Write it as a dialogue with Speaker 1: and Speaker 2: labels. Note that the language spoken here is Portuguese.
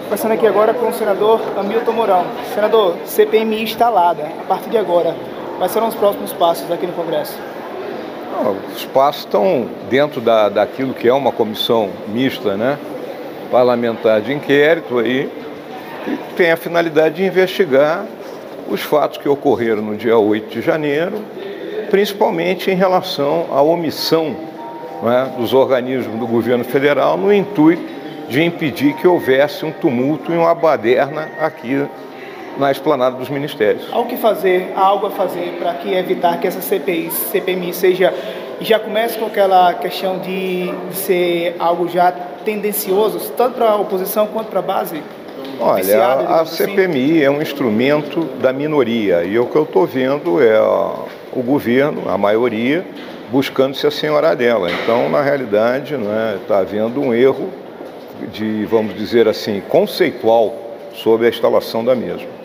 Speaker 1: Conversando aqui agora com o senador Hamilton Mourão. Senador, CPMI instalada. A partir de agora, quais serão os próximos passos aqui no Congresso?
Speaker 2: Os passos estão dentro daquilo que é uma comissão mista, né, parlamentar de inquérito, aí, que tem a finalidade de investigar os fatos que ocorreram no dia 8 de janeiro, principalmente em relação à omissão, né, dos organismos do governo federal no intuito de impedir que houvesse um tumulto e uma baderna aqui na esplanada dos ministérios.
Speaker 1: Algo a fazer para evitar que essa CPMI já comece com aquela questão de ser algo já tendencioso, tanto para a oposição quanto para a base?
Speaker 2: Olha, a CPMI é um instrumento da minoria e o que eu estou vendo é o governo, a maioria, buscando se assenhorar dela. Então, na realidade, está havendo um erro vamos dizer assim, conceitual sobre a instalação da mesma.